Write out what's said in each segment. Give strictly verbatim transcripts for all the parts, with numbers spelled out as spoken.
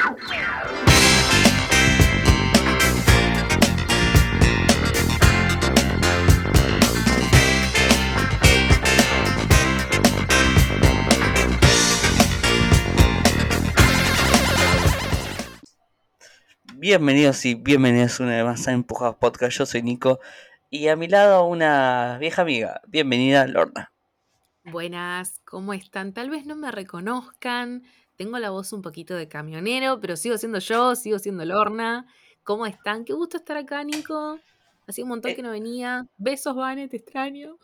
Bienvenidos y bienvenidos una vez más a Empujados Podcast. Yo soy Nico y a mi lado una vieja amiga. Bienvenida, Lorna. Buenas, ¿cómo están? Tal vez no me reconozcan, tengo la voz un poquito de camionero, pero sigo siendo yo, sigo siendo Lorna. ¿Cómo están? Qué gusto estar acá, Nico. Hacía un montón Eh, que no venía. Besos, Vane, te extraño.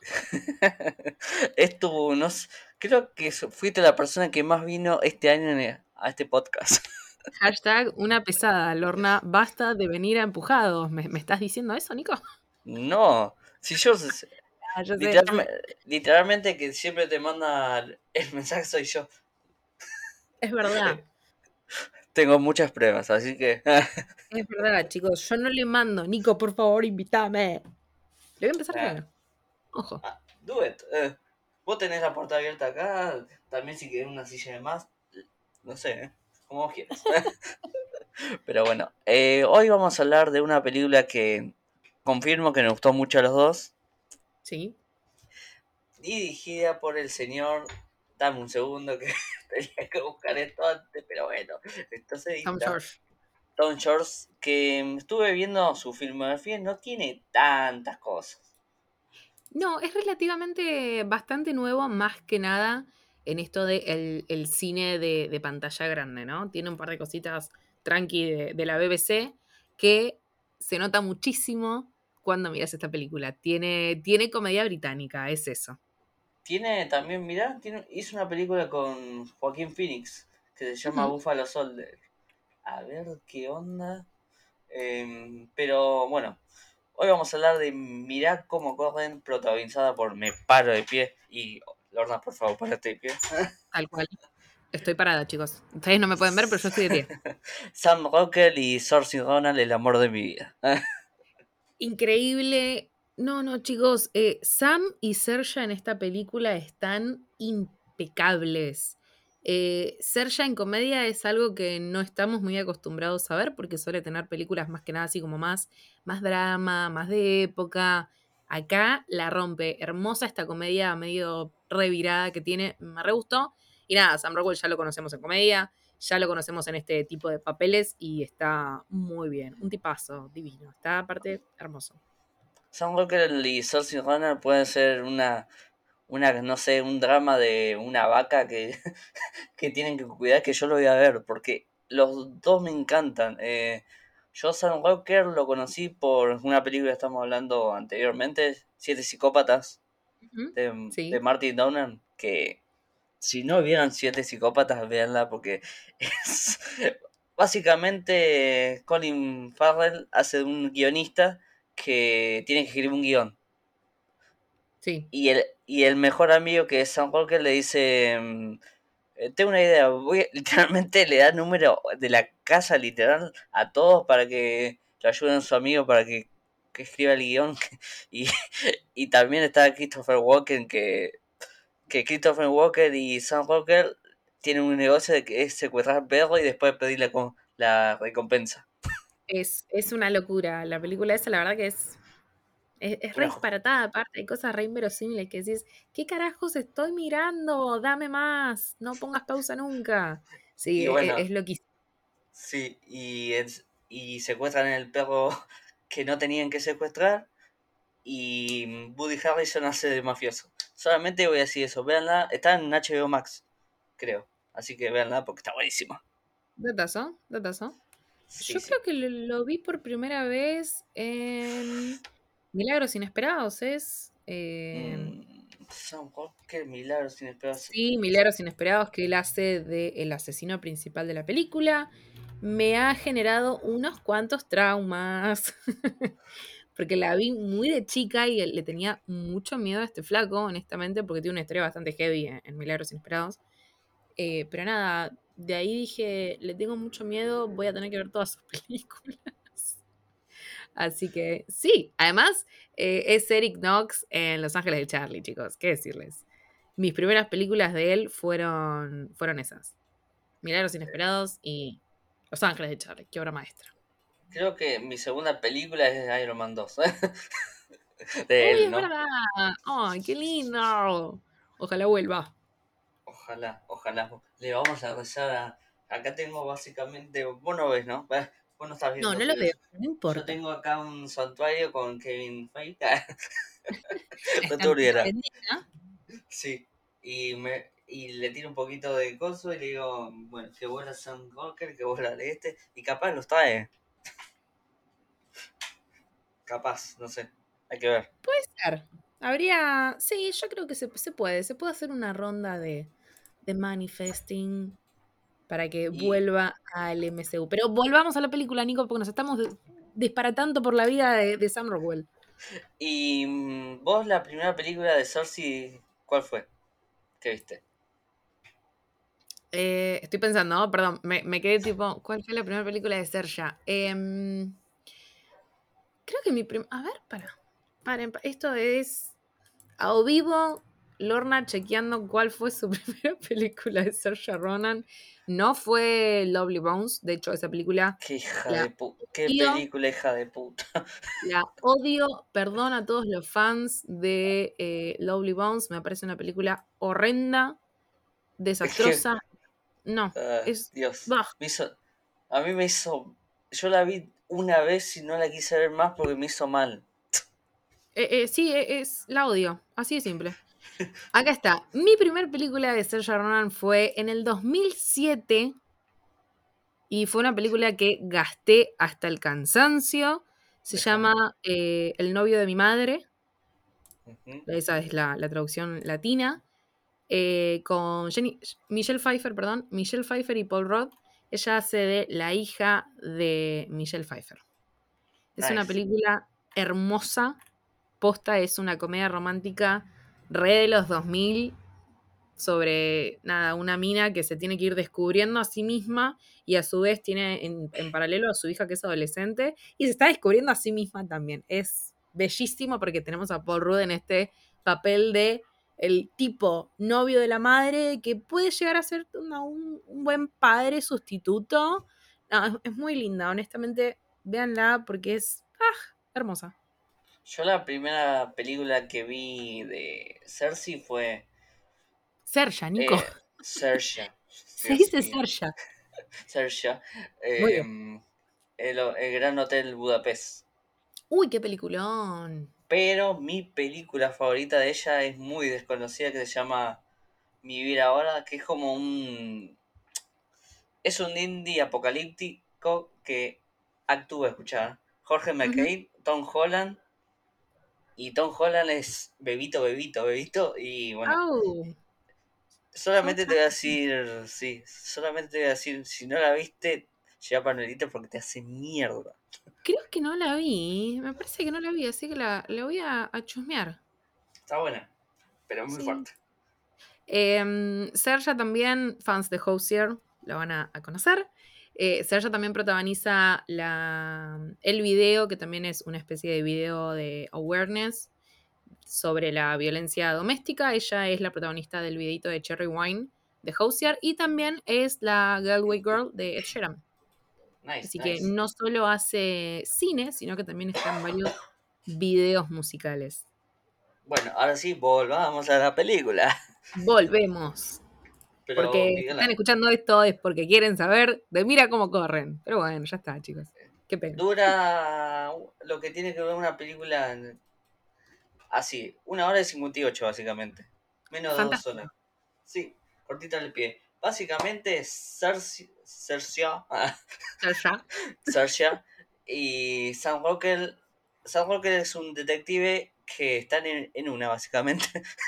Esto, no sé, creo que so- fuiste la persona que más vino este año en- a este podcast. Hashtag una pesada, Lorna. Basta de venir a empujados. ¿Me, me estás diciendo eso, Nico? No, si yo s- Ah, yo sé, yo sé. literalmente, literalmente que siempre te manda el mensaje soy yo. Es verdad, Tengo muchas pruebas, así que es verdad, chicos. Yo no le mando, Nico, por favor, invítame. Le voy a empezar ah, yo. Ojo. ah, do it. Eh, vos tenés la puerta abierta acá, también si querés una silla de más, no sé, eh, como vos quieras. Pero bueno, eh, hoy vamos a hablar de una película que confirmo que nos gustó mucho a los dos. Sí. Dirigida por el señor. Dame un segundo que tenía que buscar esto antes, pero bueno, esto se Tom dicta. George. Tom Shores, que estuve viendo su filmografía, no tiene tantas cosas. No, es relativamente bastante nuevo, más que nada en esto de el, el cine de, de pantalla grande, ¿no? Tiene un par de cositas tranqui de, de la B B C que se nota muchísimo cuando miras esta película. Tiene, tiene comedia británica, es eso. Tiene también, mirá, tiene, hizo una película con Joaquín Phoenix que se llama Ujú. Buffalo Soldier. A ver qué onda. Em, pero bueno, hoy vamos a hablar de Mirá cómo corren, protagonizada por Me Paro de Pie. Y Lorna, por favor, párate de pie. Tal cual. Estoy parada, chicos. Ustedes no me pueden ver, pero yo estoy de pie. Sam Rockwell y Saoirse Ronan, el amor de mi vida. Increíble. No, no, chicos. eh, Sam y Saoirse en esta película están impecables. Eh, Saoirse en comedia es algo que no estamos muy acostumbrados a ver porque suele tener películas más que nada así como más, más drama, más de época. Acá la rompe. Hermosa esta comedia medio revirada que tiene. Me re gustó. Y nada, Sam Rockwell ya lo conocemos en comedia. Ya lo conocemos en este tipo de papeles y está muy bien. Un tipazo divino. Está aparte hermoso. Sam Rockwell y Saoirse Ronan pueden ser una, una, no sé, un drama de una vaca que, que tienen que cuidar, que yo lo voy a ver, porque los dos me encantan. Eh, yo Sam Rockwell lo conocí por una película que estamos hablando anteriormente, Siete Psicópatas, Ujú. de, de Sí. Martin Downer, que si no vieron Siete Psicópatas, véanla porque es básicamente Colin Farrell hace de un guionista que tiene que escribir un guión. Sí. Y el, y el mejor amigo que es Sam Walker le dice, mm, eh, tengo una idea, voy, literalmente le da número de la casa literal a todos para que le ayuden a su amigo para que, que escriba el guión. Y, y también está Christopher Walken que que Christopher Walker y Sam Walker tienen un negocio de que es secuestrar perros y después pedirle con la recompensa. Es, es una locura. La película esa, la verdad que es, es, es re Una jo- disparatada, aparte. Hay cosas re inverosímiles que decís, ¿qué carajos estoy mirando? Dame más. No pongas pausa nunca. Sí, y es, bueno, es loquísimo. sí, y, es, y secuestran el perro que no tenían que secuestrar y Woody Harrelson hace de mafioso. Solamente voy a decir eso, véanla, está en H B O Max, creo. Así que véanla porque está buenísima. Datazo, datazo. Sí, Yo sí. creo que lo, lo vi por primera vez en Milagros Inesperados, ¿es? En- Mm, Sam Walker, Milagros Inesperados. Sí, Milagros Inesperados, que él hace de el asesino principal de la película, me ha generado unos cuantos traumas. Porque la vi muy de chica y le tenía mucho miedo a este flaco, honestamente, porque tiene una historia bastante heavy en, en Milagros Inesperados. Eh, pero nada, de ahí dije, le tengo mucho miedo, voy a tener que ver todas sus películas. Así que sí, además eh, es Eric Knox en Los Ángeles de Charlie, chicos, ¿qué decirles? Mis primeras películas de él fueron, fueron esas. Milagros Inesperados y Los Ángeles de Charlie, qué obra maestra. Creo que mi segunda película es Iron Man dos. De Uy, él, es ¿no? verdad. Ay, qué lindo. Ojalá vuelva. Ojalá, ojalá. Le vamos a rezar a... Acá tengo básicamente... Vos no ves, ¿no? Bah, vos no estás No, viendo, no lo pero veo, yo, no yo importa. tengo acá un santuario con Kevin Feige. Está en cuenta Retuviera. bendita. Sí. Y me y le tiro un poquito de coso y le digo, bueno, que vuela Sam Walker, que vuela de este. Y capaz los trae. Capaz, no sé. Hay que ver. Puede ser. Habría. Sí, yo creo que se, se puede. Se puede hacer una ronda de, de manifesting para que Y, vuelva al M C U. Pero volvamos a la película, Nico, porque nos estamos de- disparatando por la vida de, de Sam Rockwell. y mm, vos la primera película de Cersei, ¿cuál fue? ¿Qué viste? Eh, estoy pensando, ¿no? Perdón, me, me quedé tipo, ¿cuál fue la primera película de Serja? Em, creo que mi prim... A ver, para. Para, esto es a o vivo, Lorna chequeando cuál fue su primera película de Saoirse Ronan. No fue Lovely Bones, de hecho esa película Qué hija la de puta. Qué odio, película hija de puta. la odio, perdón a todos los fans de eh, Lovely Bones, me parece una película horrenda, Es que, desastrosa, no, ah, es... Dios. bah. Me hizo, a mí me hizo. Yo la vi una vez y no la quise ver más porque me hizo mal. Eh, eh, sí, e- es, la odio, así de simple. Acá está, mi primer película de Saoirse Ronan fue en el dos mil siete. Y fue una película que gasté hasta el cansancio. Se Déjame. llama eh, El novio de mi madre. Ujú. Esa es la, la traducción latina. eh, con Jenny, Michelle Pfeiffer, perdón. Michelle Pfeiffer y Paul Rudd. Ella hace de la hija de Michelle Pfeiffer. Es una Nice. película hermosa. Posta es una comedia romántica re de los dos mil sobre nada, una mina que se tiene que ir descubriendo a sí misma y a su vez tiene en, en paralelo a su hija que es adolescente y se está descubriendo a sí misma también. Es bellísimo porque tenemos a Paul Rudd en este papel de el tipo novio de la madre que puede llegar a ser una- un, un buen padre sustituto. No, es, es muy linda, honestamente, véanla porque es ah, hermosa. Yo la primera película que vi de Cersei fue Serja, Nico. eh, Saoirse. Se Dios dice mío. Serja. Saoirse. Muy bien. eh, el, el Gran Hotel Budapest. Uy, qué peliculón. Pero mi película favorita de ella es muy desconocida, que se llama Mi Vivir Ahora, que es como un... Es un indie apocalíptico que actúa, escuchar, Jorge Ujú. McCain, Tom Holland, y Tom Holland es bebito, bebito, bebito, y bueno, Au, solamente te voy a decir, sí, solamente te voy a decir, si no la viste, lleva panuelito porque te hace mierda. creo que no la vi. Me parece que no la vi, así que la, la voy a, a chusmear. Está buena, pero muy Sí. fuerte. Eh, Serja también, fans de Hozier, la van a, a conocer. Eh, Serja también protagoniza la, el video, que también es una especie de video de awareness sobre la violencia doméstica. Ella es la protagonista del videito de Cherry Wine de Hozier y también es la Galway Girl de Ed Sheeran. Nice, Así que nice. no solo hace cine, sino que también está en varios videos musicales. Bueno, ahora sí, volvamos a la película. Volvemos. Pero Porque si están mírala, escuchando esto es porque quieren saber de Mira cómo corren. Pero bueno, ya está, chicos. Qué pena. dura lo que tiene que ver una película así, una hora y cincuenta y ocho básicamente. Menos de dos horas. Fantástico. Sí, cortita al pie. Básicamente, Cersei, Cersei, Ya, ya. Cersei y Sam Rockwell. Sam Rockwell es un detective que están en, en una, básicamente.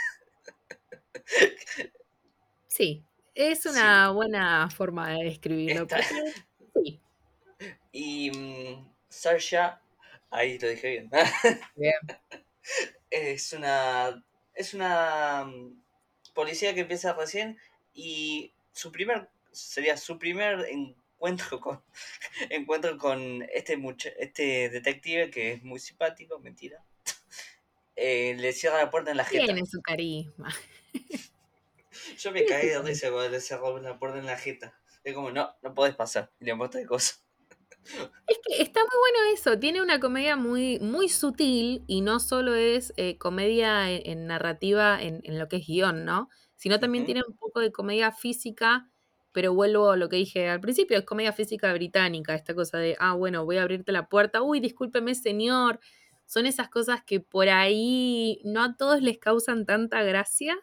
Sí, es Sí, una buena forma de describirlo, está. porque sí. Y mm, Cersei, ahí lo dije bien. Bien. Es una. Es una mm, policía que empieza recién y su primer. Sería su primer encuentro con, encuentro con este, mucha- este detective que es muy simpático, mentira. Eh, le cierra la puerta en la jeta. Tiene su carisma. Yo me Tiene caí su de carisma. risa cuando le cerró la puerta en la jeta. Es como, no, no podés pasar. Y le muestra de cosas. Es que está muy bueno eso, tiene una comedia muy, muy sutil y no solo es eh, comedia en, en narrativa en, en lo que es guión, ¿no? Sino también Ujú, tiene un poco de comedia física, pero vuelvo a lo que dije al principio, es comedia física británica, esta cosa de, ah, bueno, voy a abrirte la puerta, uy, discúlpeme, señor. Son esas cosas que por ahí no a todos les causan tanta gracia,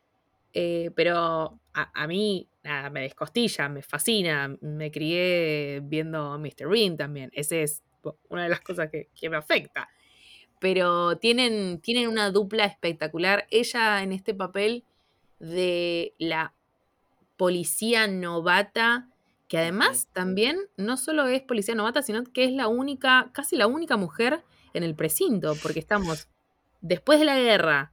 eh, pero a, a mí nada, me descostilla, me fascina. Me crié viendo míster Bean también. Esa es bo, una de las cosas que, que me afecta. Pero tienen, tienen una dupla espectacular. Ella en este papel de la policía novata, que ujú. además también no solo es policía novata, sino que es la única, casi la única mujer en el precinto, porque estamos después de la guerra,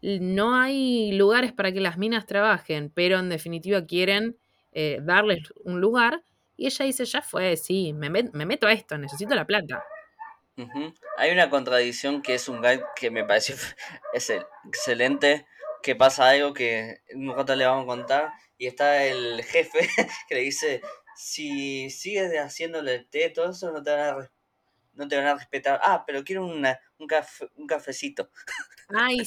no hay lugares para que las minas trabajen, pero en definitiva quieren eh, darles un lugar, y ella dice, ya fue, sí, me, met- me meto a esto, necesito la plata. Ujú. Hay una contradicción que es un gag que me pareció es el- excelente, que pasa algo que en un rato le vamos a contar, y está el jefe que le dice, si sigues haciéndole el té, todo eso no te van a, res- no te van a respetar. Ah, pero quiero una, un, café, un cafecito. Ay,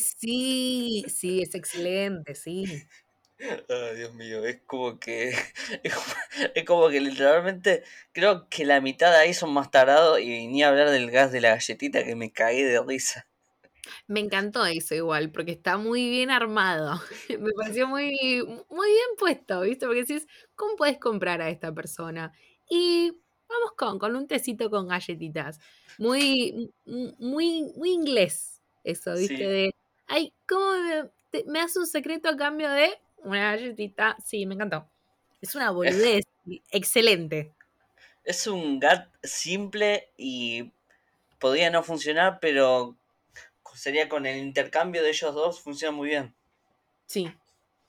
sí, sí, es excelente, sí. Ay, Dios mío, es como que es como, es como que literalmente creo que la mitad de ahí son más tarados y ni hablar del gas de la galletita que me cagué de risa. Me encantó eso igual, porque está muy bien armado. Me pareció muy, muy bien puesto, ¿viste? Porque decís, ¿cómo puedes comprar a esta persona? Y vamos con, con un tecito con galletitas. Muy, m- muy, muy inglés eso, ¿viste? Sí, De, ay, ¿cómo me, te- me das un secreto a cambio de una galletita? Sí, me encantó. Es una boludez excelente. es un gat simple y podría no funcionar, pero sería con el intercambio de ellos dos, funciona muy bien. Sí,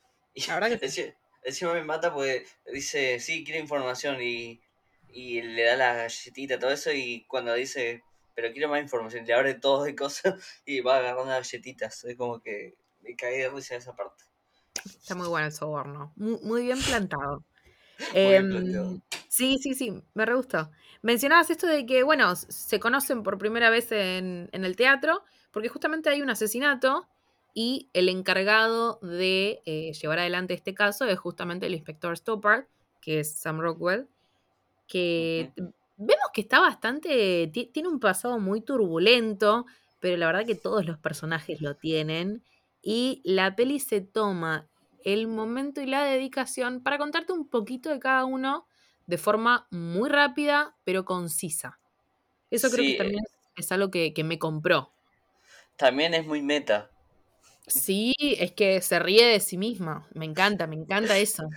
Y la verdad que sí. ence- encima me mata porque dice, sí, quiero información y, y le da la galletita, todo eso, y cuando dice, pero quiero más información, le abre todo de cosas y va agarrando galletitas. Es como que me caí de risa esa parte. Está muy bueno el soborno. Muy, muy bien plantado. Muy bien planteado. Em, sí, sí, sí, me re gustó. Mencionabas esto de que, bueno, s- se conocen por primera vez en, en el teatro, porque justamente hay un asesinato y el encargado de eh, llevar adelante este caso es justamente el inspector Stoppard, que es Sam Rockwell, que Ujú. t- vemos que está bastante, ti- tiene un pasado muy turbulento, pero la verdad que todos los personajes lo tienen, y la peli se toma el momento y la dedicación para contarte un poquito de cada uno de forma muy rápida, pero concisa. Eso creo que Sí, eh, también es algo que, que me compró. también es muy meta. Sí, es que se ríe de sí misma. Me encanta, me encanta eso.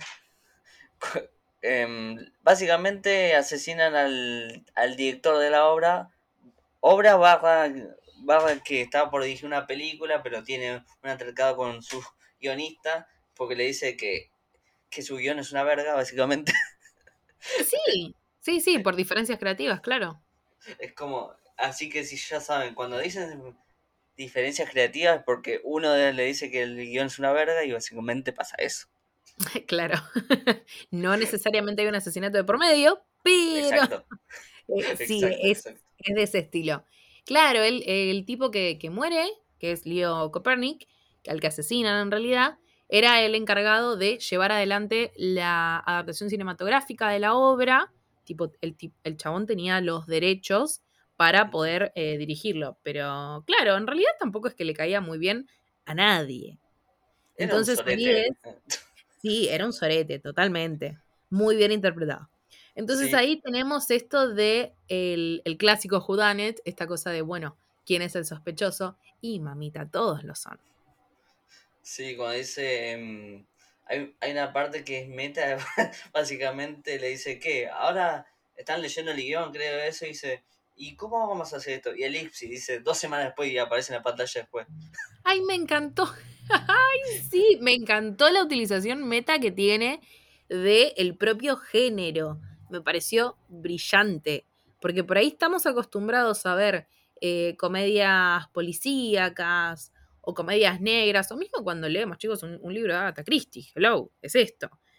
Em, básicamente asesinan al, al director de la obra, obra barra, barra que estaba por dirigir una película, pero tiene un altercado con su guionista, porque le dice que, que su guión es una verga, básicamente. Sí, sí, sí, por diferencias creativas, claro. Es como, así que si ya saben, cuando dicen diferencias creativas es porque uno de- le dice que el guión es una verga y básicamente pasa eso. Claro. No necesariamente hay un asesinato de por medio, pero Exacto, eh, sí, exacto, es, exacto. es de ese estilo. Claro, el, el tipo que, que muere, que es Leo Copernic, al que asesinan en realidad, era el encargado de llevar adelante la adaptación cinematográfica de la obra. Tipo, el, ti- el chabón tenía los derechos para Ujú. poder eh, dirigirlo. Pero claro, en realidad tampoco es que le caía muy bien a nadie. Era un Entonces ahí sorete. es sí, era un sorete, totalmente. Muy bien interpretado. Entonces Sí, ahí tenemos esto de el, el clásico whodunit, esta cosa de, bueno, ¿quién es el sospechoso? Y mamita, todos lo son. sí, cuando dice, em, hay, hay una parte que es meta, básicamente le dice que ahora están leyendo el guión, creo eso, y dice, ¿y cómo vamos a hacer esto? Y elipsis, dice, dos semanas después y aparece en la pantalla después. ¡Ay, me encantó! ¡Ay, sí! Me encantó la utilización meta que tiene de el propio género. Me pareció brillante. Porque por ahí estamos acostumbrados a ver eh, comedias policíacas o comedias negras, o mismo cuando leemos, chicos, un, un libro de Agatha Christie. Hello, es esto.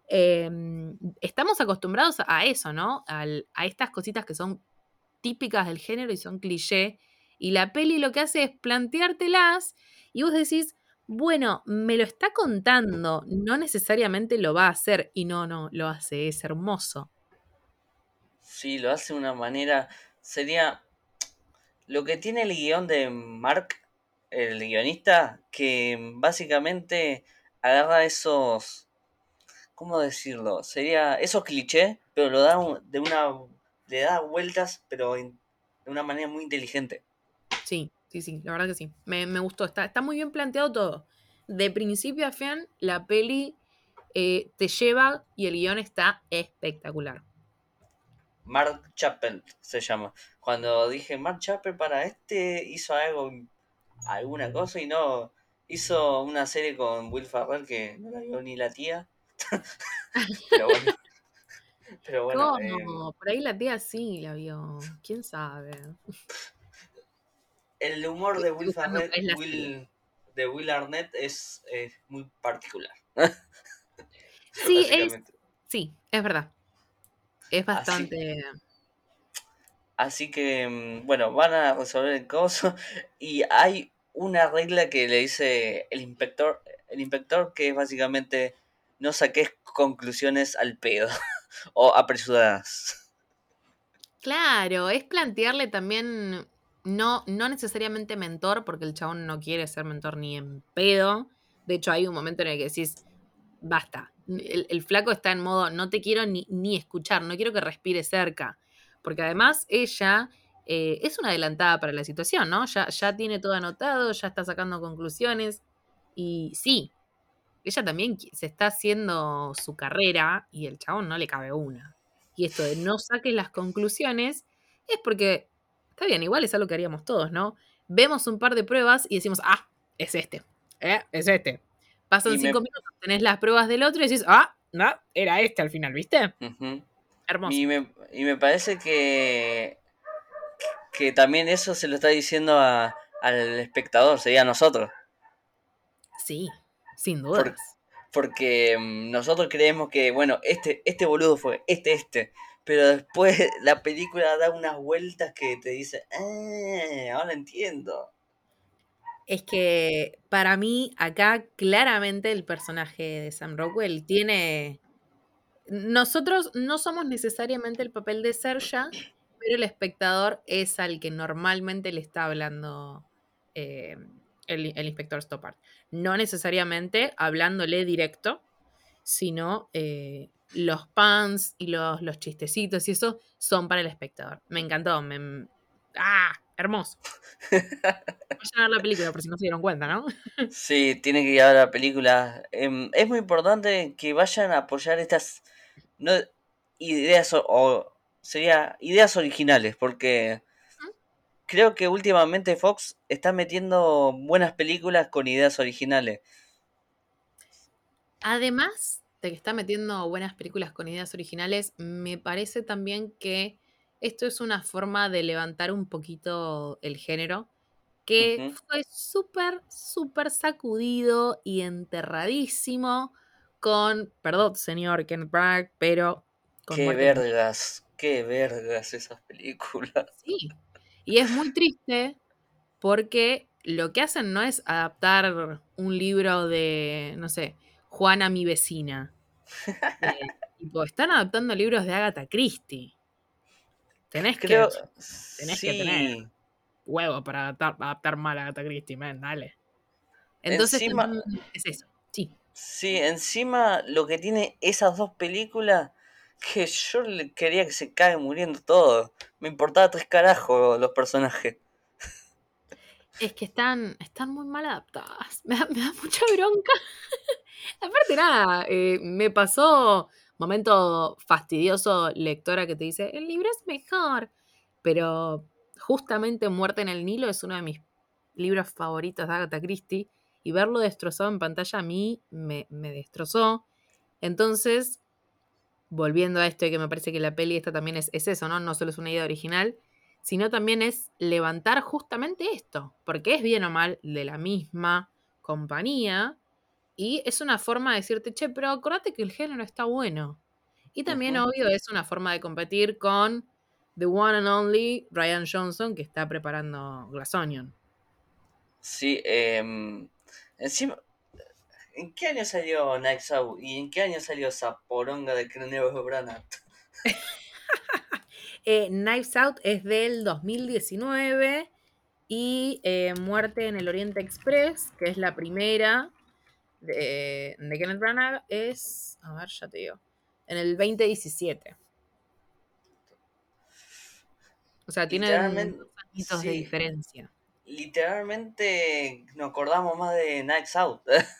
Eh, estamos acostumbrados a eso, ¿no? Al- a estas cositas que son típicas del género y son cliché. Y la peli lo que hace es planteártelas y vos decís, bueno, me lo está contando, no necesariamente lo va a hacer. Y no, no, lo hace, es hermoso. Sí, lo hace de una manera. Sería. Lo que tiene el guión de Mark, el guionista, que básicamente agarra esos. ¿Cómo decirlo? Sería esos clichés, pero lo da un- de una. Le da vueltas, pero in- de una manera muy inteligente. Sí, sí, sí, la verdad que sí. Me, me gustó, está, está muy bien planteado todo. De principio a fin, la peli eh, te lleva y el guión está espectacular. Mark Chappell se llama. Cuando dije Mark Chappell para este, hizo algo, alguna cosa y no. Hizo una serie con Will Ferrell que no la vio ni la tía. Pero bueno, pero bueno, eh, ¿Cómo? Por ahí la tía sí la vio. ¿Quién sabe? el humor de Estoy Will buscando Ferrell, cuál es la serie. Will, de Will Arnett es eh, muy particular, Sí, es. básicamente. Sí, es verdad. Es Así, bastante. así que, mm, bueno, van a resolver el coso y hay una regla que le dice el inspector, el inspector que es básicamente no saques conclusiones al pedo o apresuradas. Claro, es plantearle también. No, no necesariamente mentor, porque el chabón no quiere ser mentor ni en pedo. De hecho, hay un momento en el que decís, basta. El, el flaco está en modo, no te quiero ni, ni escuchar, no quiero que respire cerca. Porque además ella eh, es una adelantada para la situación, ¿no? Ya, ya tiene todo anotado, ya está sacando conclusiones. Y sí, ella también qui- se está haciendo su carrera y el chabón no le cabe una. Y esto de no saques las conclusiones es porque, está bien, igual es algo que haríamos todos, ¿no? Vemos un par de pruebas y decimos, ah, es este, ¿eh? Es este. Y Pasan cinco me, minutos, tenés las pruebas del otro y decís, ah, no, era este al final, ¿viste? ujú. y Hermoso. me, y me parece que, que también eso se lo está diciendo a, al espectador, sería a nosotros. Sí, sin Por- dudas. porque mm, nosotros creemos que, bueno, este, este boludo fue, este, este. Pero después la película da unas vueltas que te dice, ah, ahora entiendo. Es que para mí acá claramente el personaje de Sam Rockwell tiene. Nosotros no somos necesariamente el papel de Serja, pero el espectador es al que normalmente le está hablando eh, el, el inspector Stoppard. No necesariamente hablándole directo, sino eh, los pans y los, los chistecitos y eso son para el espectador. Me encantó. Me, ¡Ah! Hermoso. Vayan a ver la película por si no se dieron cuenta, ¿no? Sí, tiene que ir a ver la película. Em, es muy importante que vayan a apoyar estas no, ideas o, o sería ideas originales, porque creo que últimamente Fox está metiendo buenas películas con ideas originales. Además de que está metiendo buenas películas con ideas originales, me parece también que esto es una forma de levantar un poquito el género, que Ujú. fue súper, súper sacudido y enterradísimo con, perdón, señor Kenneth Branagh, pero con Qué muerte en el Nilo. vergas, qué vergas esas películas. Sí. Y es muy triste porque lo que hacen no es adaptar un libro de, no sé, Juana mi vecina. Eh, tipo, están adaptando libros de Agatha Christie. Tenés que, Creo, tenés que tener sí, huevo para adaptar, adaptar mal a Agatha Christie, man, dale. Entonces encima, también es eso. Sí. sí, encima lo que tiene esas dos películas, que yo le quería que se caguen muriendo todos. Me importaba tres carajos los personajes. Es que están, están muy mal adaptadas. Me da, me da mucha bronca. Aparte, nada, eh, me pasó momento fastidioso lectora que te dice, el libro es mejor. Pero justamente Muerte en el Nilo es uno de mis libros favoritos de Agatha Christie. Y verlo destrozado en pantalla a mí me, me destrozó. Entonces, volviendo a esto, y que me parece que la peli esta también es, es eso, ¿no? No solo es una idea original, sino también es levantar justamente esto. Porque es bien o mal de la misma compañía Y es una forma de decirte, che, pero acordate que el género está bueno. Y también, Ujú. obvio, es una forma de competir con the one and only Ryan Johnson, que está preparando Glass Onion. Sí, em, encima, ¿en qué año salió Knives Out? ¿Y en qué año salió esa poronga de Kenneth Branagh? Eh, Knives Out es del dos mil diecinueve y eh, Muerte en el Oriente Express, que es la primera de, de Kenneth Branagh, es, a ver, ya te digo, en el dos mil diecisiete. O sea, tienen Literalmente, dos añitos de sí, diferencia. literalmente nos acordamos más de Knives Out.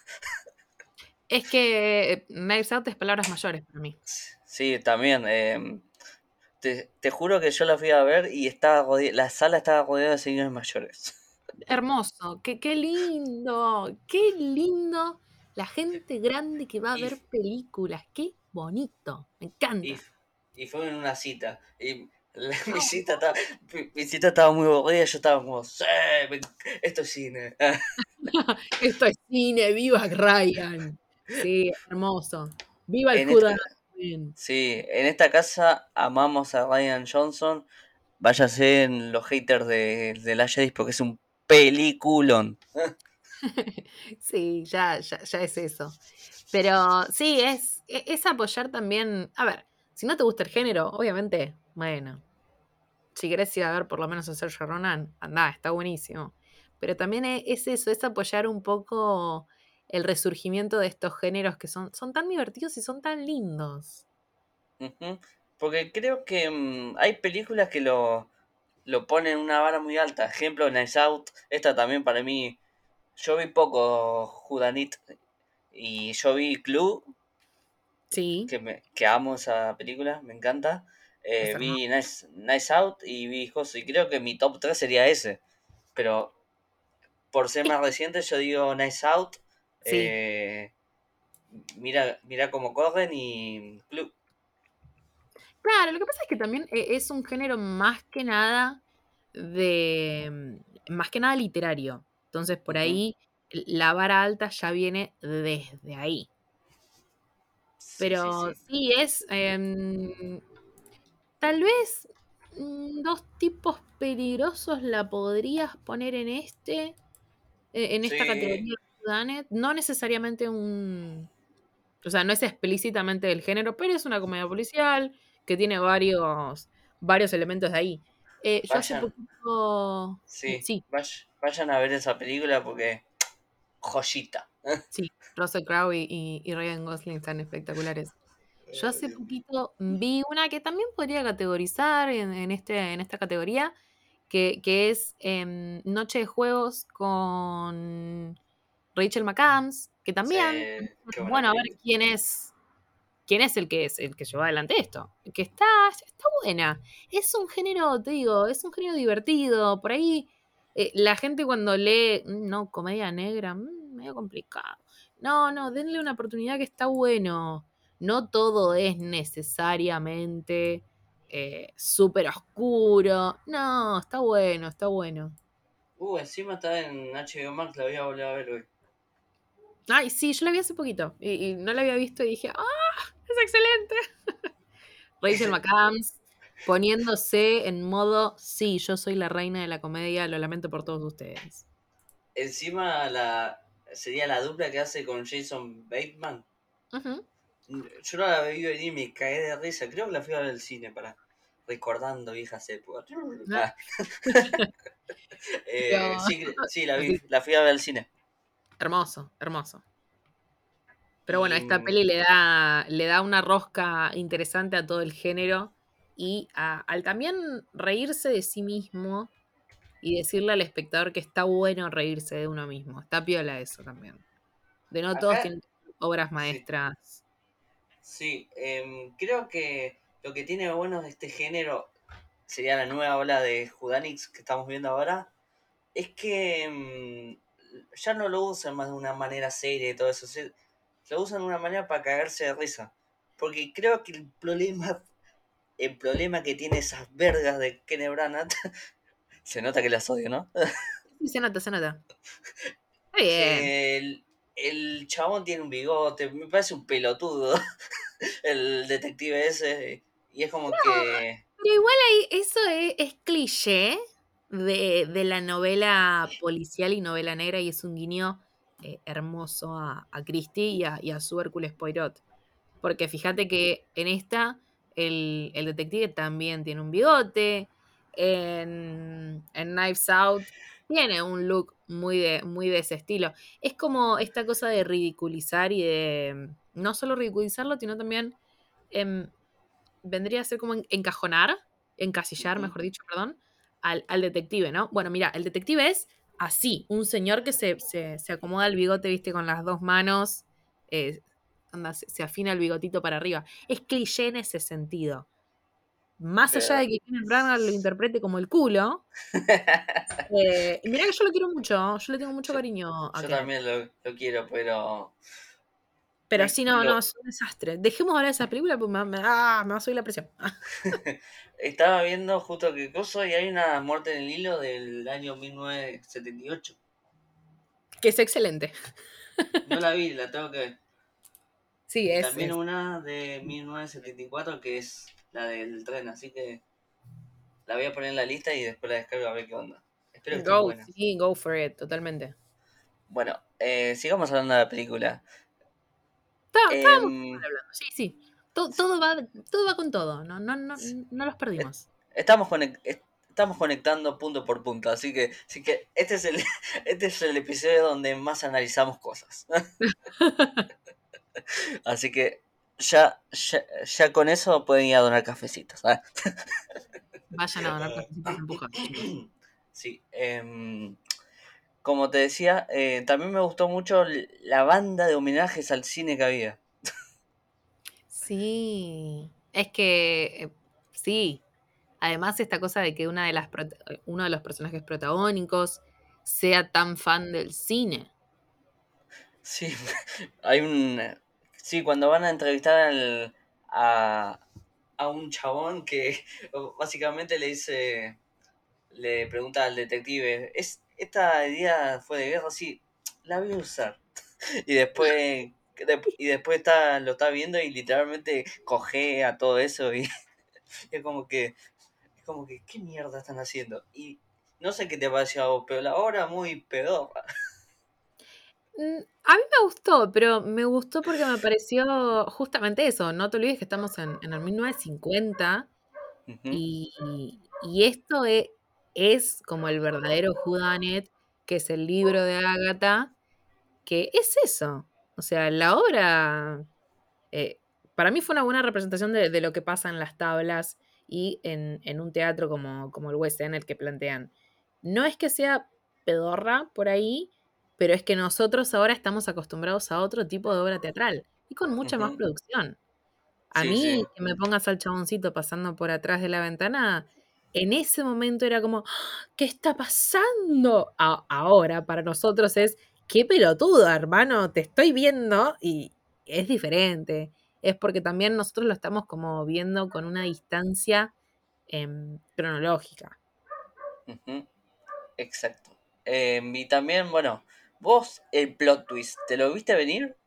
Es que Knives Out es palabras mayores para mí. Sí, también. em, te, te juro que yo la fui a ver y estaba rodea- la sala estaba rodeada de señores mayores. Hermoso, qué, qué lindo, qué lindo la gente grande que va a Y, ver películas, qué bonito, me y, encanta. y fue en una cita. Y la- mi, cita estaba, mi, mi cita estaba muy aburrida y yo estaba como, sí, me- esto es cine. Esto es cine, viva Ryan. Sí, hermoso. Viva el En esta, Judamen. sí, en esta casa amamos a Ryan Johnson. Váyase en los haters de, de la Jedi porque es un peliculón. Sí, ya, ya, ya es eso. Pero sí, es, e- es apoyar también. A ver, si no te gusta el género, obviamente, bueno, si querés ir a ver por lo menos a Saoirse Ronan, andá, está buenísimo. Pero también e- es eso, es apoyar un poco el resurgimiento de estos géneros que son, son tan divertidos y son tan lindos. Ujú. Porque creo que mm, hay películas que lo, lo ponen en una vara muy alta. Ejemplo, Nice Out. Esta también para mí. Yo vi poco Judanit y yo vi Clue, Sí, que, me, que amo esa película, me encanta. es Eh, hermoso. vi nice, nice Out y vi Joso. Y creo que mi top tres sería ese. Pero por ser más reciente, yo digo Nice Out. Sí. eh, mira, mira cómo corren y Clue. Claro, lo que pasa es que también e- es un género más que nada de, mm, más que nada literario. Entonces, por Ujú. ahí la vara alta ya viene desde ahí. Sí, sí, Pero sí. sí, es em, tal vez mm, dos tipos peligrosos la podrías poner en este, eh, en esta Sí, categoría de Danet. No necesariamente un, o sea, no es explícitamente del género, pero es una comedia policial que tiene varios, varios elementos de ahí. Eh, yo hace vayan, poquito, sí, sí, vay- vayan a ver esa película porque joyita. sí, Russell Crowe y, y- y Ryan Gosling están espectaculares. Yo Ay, hace Dios mío. poquito vi una que también podría categorizar en, en este, en esta categoría, que, que es em, Noche de Juegos con Rachel McAdams, que Sí, también, qué buena bueno, a ver película. quién es, quién es el que es el que lleva adelante esto. Que está, está buena. Es un género, te digo, es un género divertido. Por ahí eh, la gente cuando lee, "Mm, no, comedia negra, mm, medio complicado. No, no, denle una oportunidad que está bueno. No todo es necesariamente eh, súper oscuro. No, está bueno, está bueno. Uh, encima está en H B O Max, la voy a volver a ver hoy. Ay, sí, yo la vi hace poquito y, y no la había visto y dije, ¡ah! ¡Es excelente! Rachel McAdams poniéndose en modo, sí, yo soy la reina de la comedia, lo lamento por todos ustedes. Encima la sería la dupla que hace con Jason Bateman. Ujú. Yo no la vi venir y me cagué de risa. Creo que la fui a ver al cine para recordando viejas épocas. Ah, Ah, eh, pero, sí, cre- sí, la vi, así, la fui a ver al cine. hermoso, hermoso. Pero bueno, Y esta mm, peli le da, le da una rosca interesante a todo el género y a- al también reírse de sí mismo y decirle al espectador que está bueno reírse de uno mismo. Está piola eso también. De no todos acá, tienen obras sí, maestras. sí, em, creo que lo que tiene bueno de este género sería la nueva ola de Judanix que estamos viendo ahora. Es que mm, ya no lo usan más de una manera seria y todo eso. Se, lo usan de una manera para cagarse de risa. Porque creo que el problema, el problema que tiene esas vergas de Kenneth Branagh, se nota que las odio, ¿no? Sí, se nota, se nota. Está bien. Que el chabón tiene un bigote, me parece un pelotudo, el detective ese, y es como que... Pero igual ahí, eso es, es cliché de, de la novela policial y novela negra y es un guiño eh, hermoso a, a Christie y a, y a su Hércules Poirot. Porque fíjate que en esta el, el detective también tiene un bigote. En, en Knives Out tiene un look muy de, muy de ese estilo. Es como esta cosa de ridiculizar y de no solo ridiculizarlo, sino también em, vendría a ser como en- encajonar, encasillar, Ujú. mejor dicho, perdón, al, al detective, ¿no? Bueno, mira, el detective es así, un señor que se, se, se acomoda el bigote, viste, con las dos manos, eh, anda, se, se afina el bigotito para arriba. Es cliché en ese sentido. Más allá Pero... de que Kenneth Branagh lo interprete como el culo, eh, y mirá que yo lo quiero mucho, yo le tengo mucho yo, cariño a yo Kenneth. también lo, lo quiero, pero... Pero Me, sí, no, no, lo, es un desastre. Dejemos ahora esa película porque me, me- ah, me va a subir la presión. estaba viendo justo que coso y hay una muerte en el hilo del año mil novecientos setenta y ocho. Que es excelente. No la vi, la tengo que ver. Sí, Y es, también es. una de mil novecientos setenta y cuatro que es la del tren, así que la voy a poner en la lista y después la descargo a ver qué onda. Espero que estén Go, buenas. sí, go for it, totalmente. Bueno, eh, sigamos hablando de la película. Tá- Estábamos Em, hablando, sí, sí. Todo, sí, todo va, todo va con todo, no, no, no, sí, no los est- perdimos. estamos, conec- est- estamos conectando punto por punto, así que, así que este es el, este es el episodio donde más analizamos cosas. Así que ya, ya, ya con eso pueden ir a donar cafecitos. ¿Ah? Vayan a donar cafecitos empujados, chicos. Sí, em, como te decía, eh, también me gustó mucho l- la banda de homenajes al cine que había. Sí, es que eh, sí. Además, esta cosa de que una de las prota- uno de los personajes protagónicos sea tan fan del cine. Sí, hay un... Sí, cuando van a entrevistar al, a, a un chabón que básicamente le dice, le pregunta al detective, ¿es, ¿esta idea fue de guerra? Sí, la voy a usar. Y después, de- y después está, lo está viendo y literalmente cojea todo eso y es como que, es como que, ¿qué mierda están haciendo? Y no sé qué te pareció a vos, pero la obra muy pedorra. Mm, A mí me gustó, pero me gustó porque me pareció justamente eso. No te olvides que estamos en, en el mil novecientos cincuenta. Ujú, Y, y esto e- es, como el verdadero whodunit, que es el libro de Agatha, que es eso. O sea, la obra, eh, para mí fue una buena representación de, de lo que pasa en las tablas y en, en un teatro como, como el West End, el que plantean. No es que sea pedorra por ahí, pero es que nosotros ahora estamos acostumbrados a otro tipo de obra teatral y con mucha más ujú. producción. A Sí, sí. mí, que me pongas al chaboncito pasando por atrás de la ventana, en ese momento era como, "¡Ah! ¿qué está pasando?". A- ahora, para nosotros es, qué pelotudo, hermano, te estoy viendo y es diferente. Es porque también nosotros lo estamos como viendo con una distancia em, cronológica. Ujú, exacto. Eh, y también, bueno, vos el plot twist, ¿te lo viste venir?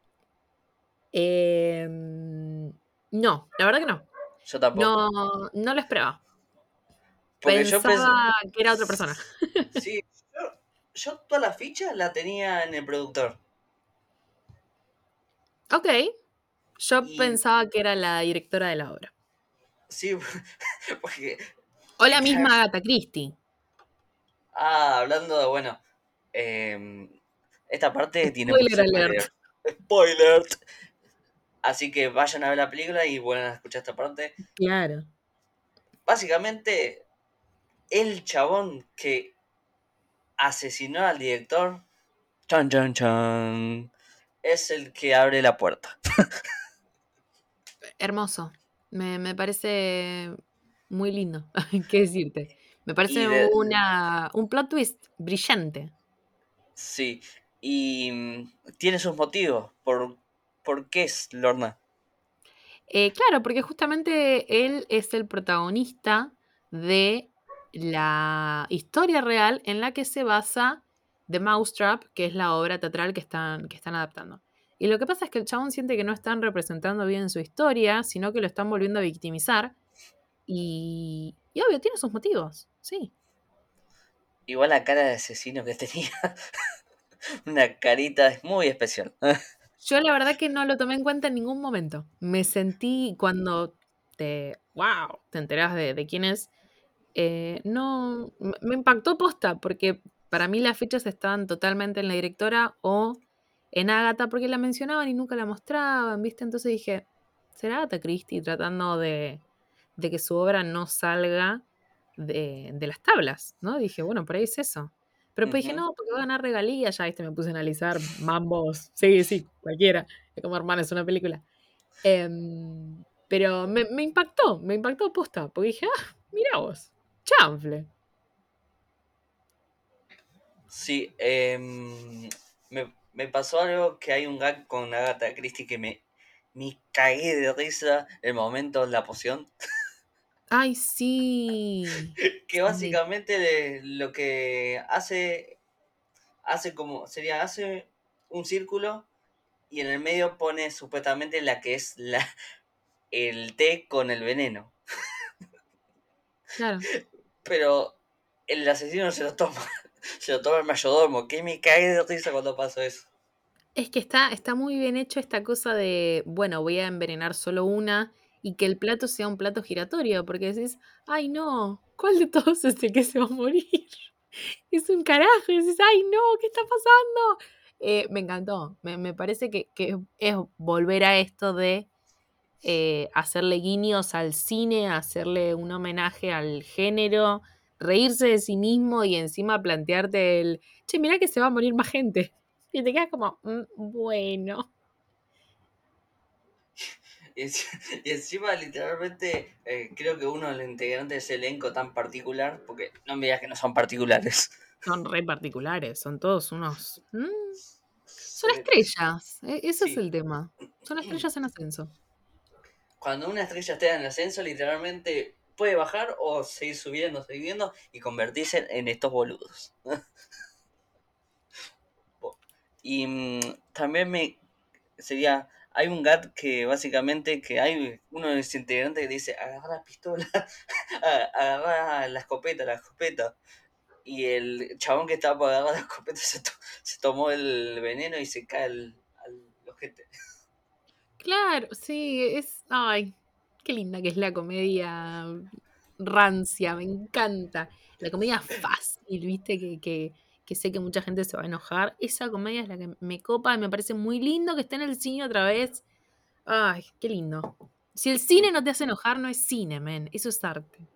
Em, no, la verdad que no. Yo tampoco. No, no lo esperaba. Porque yo pensé... Pensaba que era otra persona. Sí, yo, yo toda la ficha la tenía en el productor. Ok, yo Y pensaba que era la directora de la obra. sí, porque... O la misma Agatha Christie. Ah, hablando de, bueno, em, esta parte tiene Spoiler muchos alert. spoilers. Spoiler. Así que vayan a ver la película y vuelvan a escuchar esta parte. Claro. Básicamente, el chabón que asesinó al director, chan chan chan, es el que abre la puerta. Hermoso. Me, me parece muy lindo. ¿Qué decirte? Me Y parece de, una, un plot twist brillante. sí, y mm, tiene sus motivos. ¿Por, por qué es Lorna? Eh, claro, porque justamente él es el protagonista de la historia real en la que se basa The Mousetrap, que es la obra teatral que están, que están adaptando. Y lo que pasa es que el chabón siente que no están representando bien su historia, sino que lo están volviendo a victimizar. Y, y obvio, tiene sus motivos, sí. Igual la cara de asesino que tenía, una carita muy especial. Yo la verdad que no lo tomé en cuenta en ningún momento. Me sentí cuando te, wow, te enterás de, de quién es. Eh, no, me me impactó posta, porque para mí las fichas estaban totalmente en la directora o en Agatha, porque la mencionaban y nunca la mostraban, ¿viste? Entonces dije, ¿será Agatha Christie tratando de, de que su obra no salga de, de las tablas, ¿no? Dije, bueno, por ahí es eso. Pero después dije, Ujú. no, porque va a ganar regalías, ya, ¿viste? Me puse a analizar mambos, sí, sí, cualquiera, es como hermana, es una película. Em, pero me, me impactó, me impactó posta, porque dije, ah, mira vos, chanfle. Sí, em, me, me pasó algo que hay un gag con Agatha Christie que me, me cagué de risa el momento de la poción. Ay, sí. Que Sí, básicamente le- lo que hace, hace como, sería, hace un círculo y en el medio pone supuestamente la que es la, el té con el veneno. claro. Pero el asesino se lo toma, se lo toma el mayordomo. Que me cagué de risa cuando pasó eso. Es que está, está muy bien hecho esta cosa de, bueno, voy a envenenar solo una y que el plato sea un plato giratorio, porque decís, ay, no, ¿cuál de todos es el que se va a morir? Es un carajo, y decís, ay, no, ¿qué está pasando? Eh, me encantó, me, me parece que, que es volver a esto de eh, hacerle guiños al cine, hacerle un homenaje al género, reírse de sí mismo y encima plantearte el, che, mirá que se va a morir más gente. Y te quedas como, "Mm, bueno". Y, enci- y encima, literalmente, eh, creo que uno de los integrantes de ese elenco tan particular, porque no me digas que no son particulares. Son re particulares, son todos unos... mm, son Se ve- estrellas, e- ese es sí, el tema. Son estrellas en ascenso. cuando una estrella esté en el ascenso, literalmente puede bajar o seguir subiendo, subiendo y convertirse en estos boludos. Y mm, también me sería, hay un gat que básicamente que hay uno de los integrantes que dice, agarra la pistola, a- agarra la escopeta, la escopeta. Y el chabón que estaba por agarrar la escopeta se, to- se tomó el veneno y se cae al, al ojete. Claro, sí, es... Ay, qué linda que es la comedia rancia, me encanta. La comedia fácil, viste, que, que, que sé que mucha gente se va a enojar. Esa comedia es la que me copa y me parece muy lindo que esté en el cine otra vez. Ay, qué lindo. Si el cine no te hace enojar, no es cine, men. Eso es arte.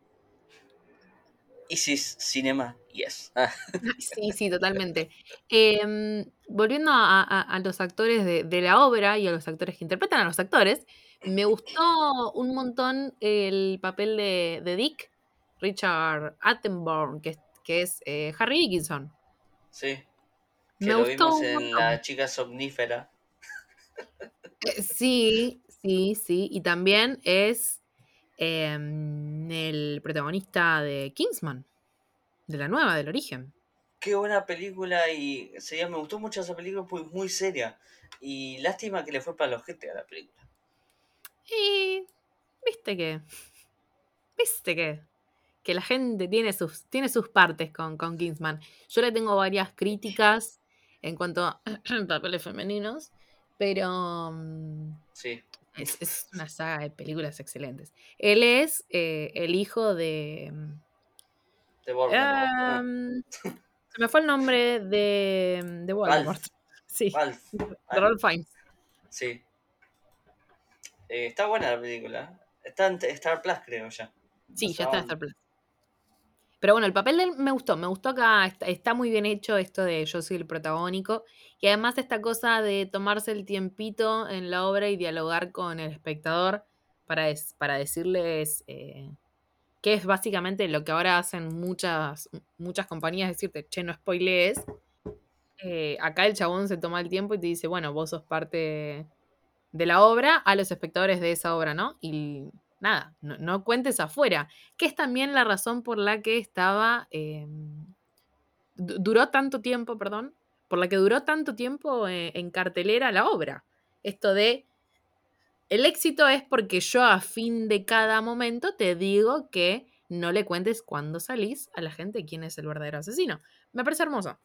Isis Cinema, yes. Ah, Ay, sí, sí, totalmente. Em, volviendo a, a- a los actores de, de la obra y a los actores que interpretan a los actores, me gustó un montón el papel de, de Dick, Richard Attenborough, que, es- que es eh, Harry Dickinson. sí, que Me lo gustó vimos un en montón. La chica somnífera. Eh, sí, sí, sí. Y también es em, el protagonista de Kingsman, de la nueva, del origen. Qué buena película y sería, me gustó mucho esa película, muy, muy seria. Y lástima que le fue para los ojete a la película. Y viste que, viste que. que la gente tiene sus, tiene sus partes con, con Kingsman. Yo le tengo varias críticas en cuanto a papeles femeninos, pero mm, Sí, es, es una saga de películas excelentes. Él es eh, el hijo de... mm, de Voldemort. Ah, em, se me fue el nombre de, de Voldemort. Ralph, Sí, Ralph, de Al- Ralph Fiennes. sí. Eh, está buena la película. Está en Star Plus, creo ya. O Sí, ya sea, está en Star Plus. Pero bueno, el papel de él me gustó, me gustó acá, está, está muy bien hecho esto de yo soy el protagónico y además esta cosa de tomarse el tiempito en la obra y dialogar con el espectador para, des- para decirles eh, que es básicamente lo que ahora hacen muchas, muchas compañías, decirte, che, no spoilees. Eh, acá el chabón se toma el tiempo y te dice, bueno, vos sos parte de la obra a los espectadores de esa obra, ¿no? Y nada, no, no cuentes afuera, que es también la razón por la que estaba eh, duró tanto tiempo, perdón, por la que duró tanto tiempo en, en cartelera la obra. Esto de, el éxito es porque yo a fin de cada momento te digo que no le cuentes cuando salís a la gente quién es el verdadero asesino. Me parece hermoso.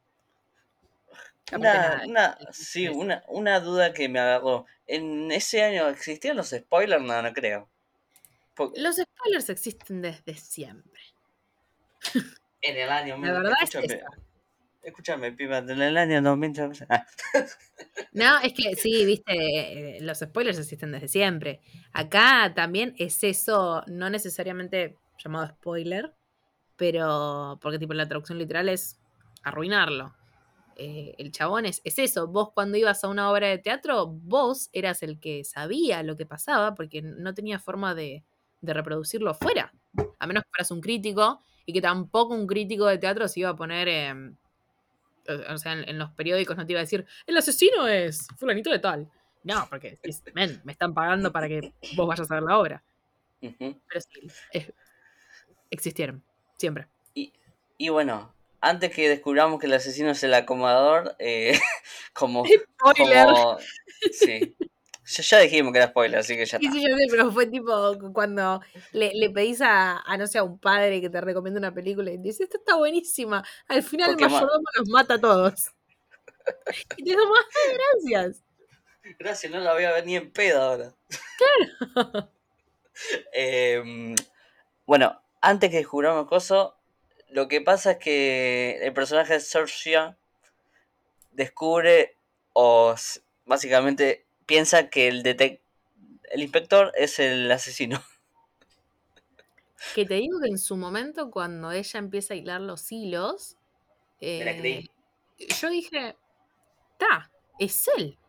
Aparte Una, nada. una, sí, una, una duda que me agarró. ¿En ese año existían los spoilers? No, no creo. Por- Los spoilers existen desde siempre. en el año, La mil- verdad es escúchame, esa. escúchame, piba, en el año dos mil. Ah, No, es que sí, viste, eh, los spoilers existen desde siempre. Acá también es eso, no necesariamente llamado spoiler, pero porque tipo la traducción literal es arruinarlo. Eh, el chabón es, es eso, vos cuando ibas a una obra de teatro, vos eras el que sabía lo que pasaba porque no tenía forma de, de reproducirlo fuera, a menos que fueras un crítico y que tampoco un crítico de teatro se iba a poner... em, o o sea, en, en los periódicos no te iba a decir, el asesino es fulanito de tal. No, porque decís, men, me están pagando para que vos vayas a ver la obra. ujú. Pero sí, es- existieron, siempre. Y, y bueno, antes que descubramos que el asesino es el acomodador, eh, como, Spoiler. como, sí, ya, ya dijimos que era spoiler, así que ya Sí, está. sí, yo sé, pero fue tipo cuando le, le pedís a, a, no sé, a un padre que te recomienda una película y te dice, esta está buenísima. Al final el Porque más, mayordomo los mata a todos. Y te digo, ah, gracias. gracias, no la voy a ver ni en pedo ahora. Em, bueno, antes que descubramos coso, lo que pasa es que el personaje de Sergio descubre o s- básicamente piensa que el detec el inspector es el asesino. Que te digo que en su momento, cuando ella empieza a hilar los hilos, Me la eh, creí. yo dije, ta, es él.